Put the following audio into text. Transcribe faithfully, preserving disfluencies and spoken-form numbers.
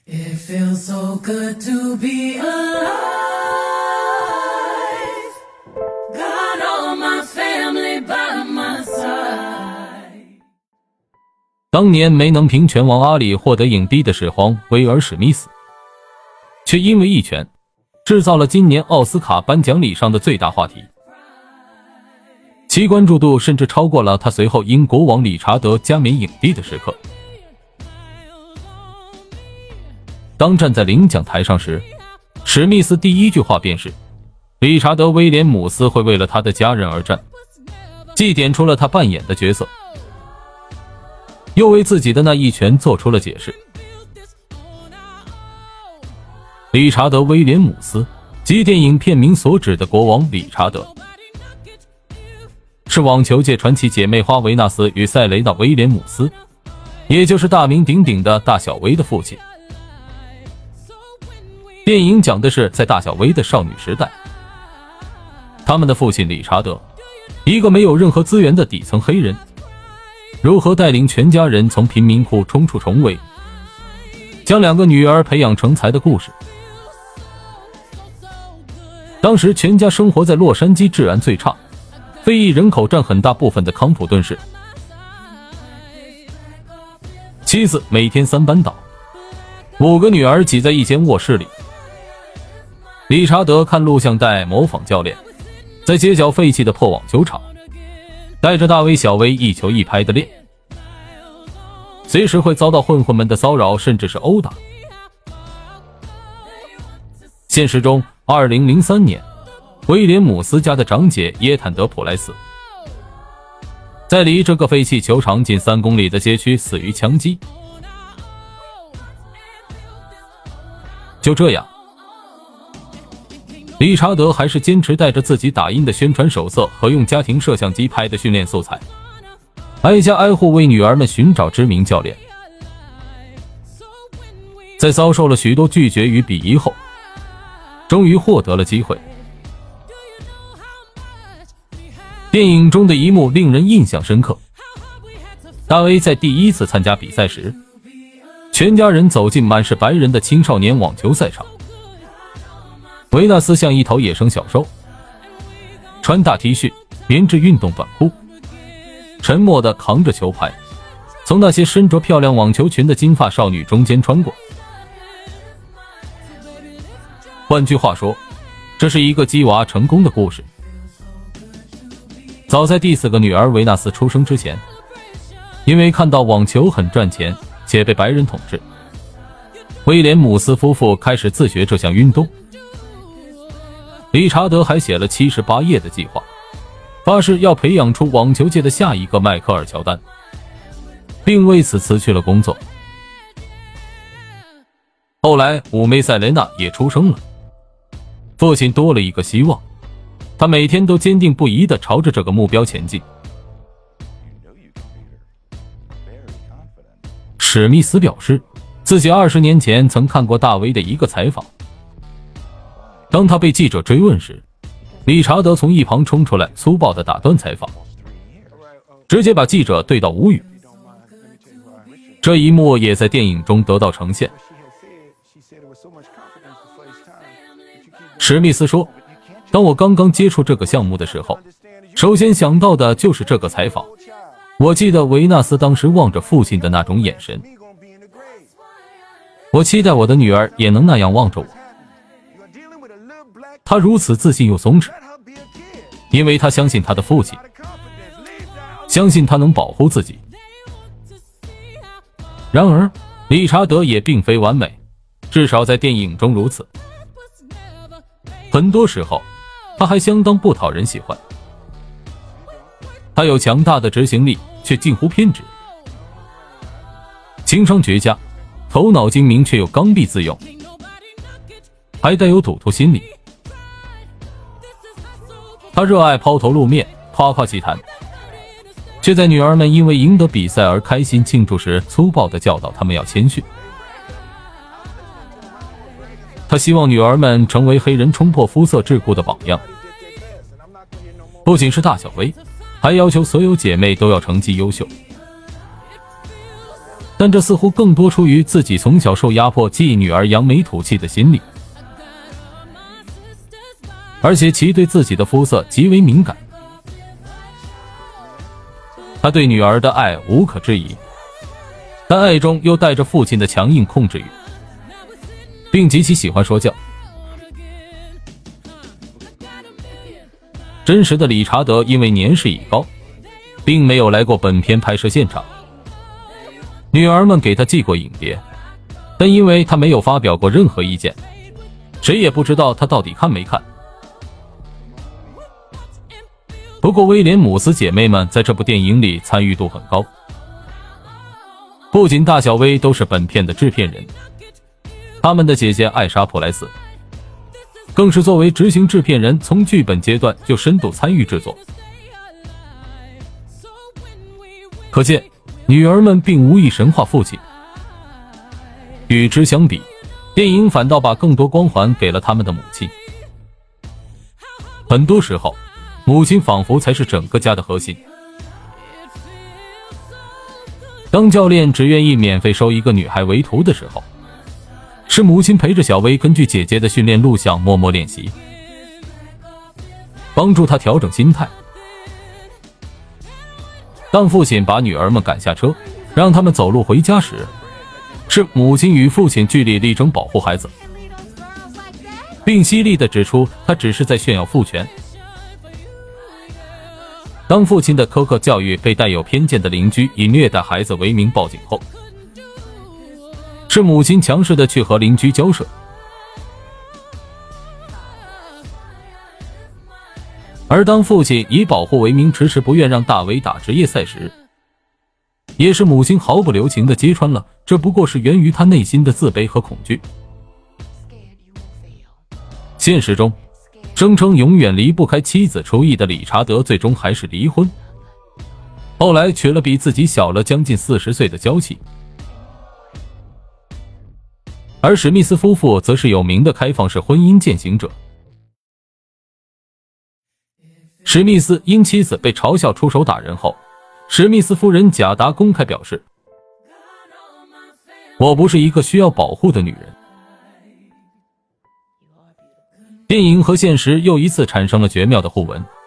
It feels so good to be alive. Got all my family by my side. 当年没能凭拳王阿里获得影帝的是荒威尔史密斯，却因为一拳制造了今年奥斯卡颁奖礼上的最大话题，其关注度甚至超过了他随后因国王理查德加冕影帝的时刻。当站在领奖台上时，史密斯第一句话便是理查德·威廉姆斯会为了他的家人而战，既点出了他扮演的角色，又为自己的那一拳做出了解释。理查德·威廉姆斯，即电影片名所指的国王理查德，是网球界传奇姐妹花维纳斯与塞雷娜·威廉姆斯，也就是大名鼎鼎的大小薇的父亲。电影讲的是在大小薇的少女时代，他们的父亲理查德，一个没有任何资源的底层黑人，如何带领全家人从贫民窟冲出重围，将两个女儿培养成才的故事。当时全家生活在洛杉矶治安最差、非裔人口占很大部分的康普顿市，妻子每天三班倒，五个女儿挤在一间卧室里。理查德看录像带模仿教练，在街角废弃的破网球场，带着大威小威一球一拍的练，随时会遭到混混们的骚扰，甚至是殴打。现实中二零零三年，威廉姆斯家的长姐耶坦德·普莱斯在离这个废弃球场仅三公里的街区死于枪击。就这样，理查德还是坚持带着自己打印的宣传手册和用家庭摄像机拍的训练素材，挨家挨户为女儿们寻找知名教练。在遭受了许多拒绝与鄙夷后，终于获得了机会。电影中的一幕令人印象深刻，大威在第一次参加比赛时，全家人走进满是白人的青少年网球赛场。维纳斯像一头野生小兽，穿大 T 恤，棉质运动短裤，沉默地扛着球拍，从那些身着漂亮网球裙的金发少女中间穿过。换句话说，这是一个鸡娃成功的故事。早在第四个女儿维纳斯出生之前，因为看到网球很赚钱且被白人统治，威廉姆斯夫妇开始自学这项运动。理查德还写了七十八页的计划，发誓要培养出网球界的下一个迈克尔·乔丹，并为此辞去了工作。后来五妹塞雷娜也出生了，父亲多了一个希望，他每天都坚定不移地朝着这个目标前进。史密斯表示，自己二十年前曾看过大威的一个采访。当他被记者追问时，理查德从一旁冲出来，粗暴地打断采访，直接把记者对到无语。这一幕也在电影中得到呈现。史密斯说，当我刚刚接触这个项目的时候，首先想到的就是这个采访。我记得维纳斯当时望着父亲的那种眼神，我期待我的女儿也能那样望着我。他如此自信又松弛，因为他相信他的父亲，相信他能保护自己。然而，理查德也并非完美，至少在电影中如此。很多时候，他还相当不讨人喜欢。他有强大的执行力，却近乎偏执，情商绝佳，头脑精明却又刚愎自用，还带有赌徒心理。他热爱抛头露面，夸夸其谈，却在女儿们因为赢得比赛而开心庆祝时，粗暴地教导他们要谦逊。他希望女儿们成为黑人冲破肤色桎梏的榜样。不仅是大小薇，还要求所有姐妹都要成绩优秀。 但这似乎更多出于自己从小受压迫，继女儿扬眉吐气的心理，而且其对自己的肤色极为敏感。他对女儿的爱无可置疑，但爱中又带着父亲的强硬控制欲，并极其喜欢说教。真实的理查德因为年事已高，并没有来过本片拍摄现场。女儿们给他寄过影碟，但因为他没有发表过任何意见，谁也不知道他到底看没看。不过威廉姆斯姐妹们在这部电影里参与度很高，不仅大小薇都是本片的制片人，他们的姐姐艾莎普莱斯更是作为执行制片人，从剧本阶段就深度参与制作。可见女儿们并无意神化父亲，与之相比，电影反倒把更多光环给了他们的母亲。很多时候母亲仿佛才是整个家的核心。当教练只愿意免费收一个女孩为徒的时候，是母亲陪着小薇根据姐姐的训练录像默默练习，帮助她调整心态。当父亲把女儿们赶下车，让他们走路回家时，是母亲与父亲据理力争保护孩子，并犀利地指出他只是在炫耀父权。当父亲的苛刻教育被带有偏见的邻居以虐待孩子为名报警后，是母亲强势地去和邻居交涉。而当父亲以保护为名迟迟不愿让大卫打职业赛时，也是母亲毫不留情地揭穿了这不过是源于他内心的自卑和恐惧。现实中声称永远离不开妻子厨艺的理查德最终还是离婚，后来娶了比自己小了将近四十岁的娇妻。而史密斯夫妇则是有名的开放式婚姻践行者。史密斯因妻子被嘲笑出手打人后，史密斯夫人贾达公开表示，我不是一个需要保护的女人。电影和现实又一次产生了绝妙的互文。